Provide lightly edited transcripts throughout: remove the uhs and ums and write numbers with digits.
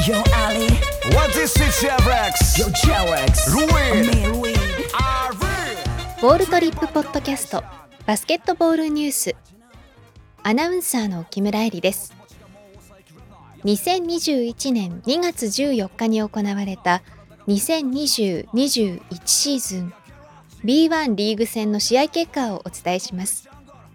Yo Ali What is it, J-Rex? Yo J-Rex Louis Louis ボールトリップポッドキャストバスケットボールニュース。アナウンサーの木村恵里です。2021年2月14日に行われた2020-21シーズン B1 リーグ戦の試合結果をお伝えします。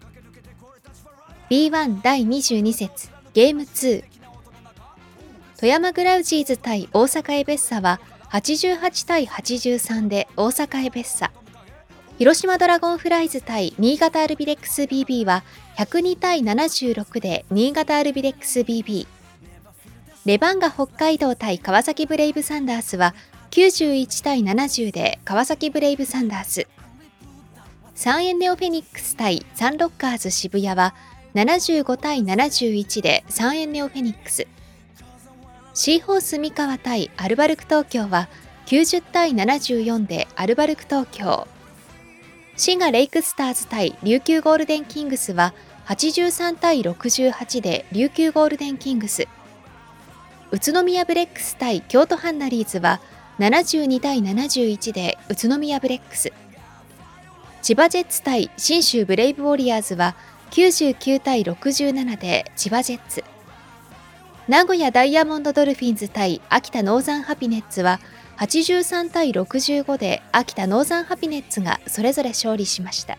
B1 第22節ゲーム2、富山グラウジーズ対大阪エベッサは88対83で大阪エベッサ。広島ドラゴンフライズ対新潟アルビレックス BB は102対76で新潟アルビレックス BB。レバンガ北海道対川崎ブレイブサンダースは91対70で川崎ブレイブサンダース。サンエンネオフェニックス対サンロッカーズ渋谷は75対71でサンエンネオフェニックス。シーホース三河対アルバルク東京は90対74でアルバルク東京。滋賀レイクスターズ対琉球ゴールデンキングスは83対68で琉球ゴールデンキングス。宇都宮ブレックス対京都ハンナリーズは72対71で宇都宮ブレックス。千葉ジェッツ対信州ブレイブウォリアーズは99対67で千葉ジェッツ。名古屋ダイヤモンドドルフィンズ対秋田ノーザンハピネッツは83対65で秋田ノーザンハピネッツがそれぞれ勝利しました。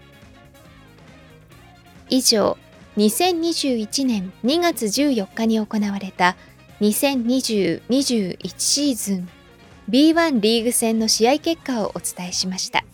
以上、2021年2月14日に行われた2020-21シーズン B1 リーグ戦の試合結果をお伝えしました。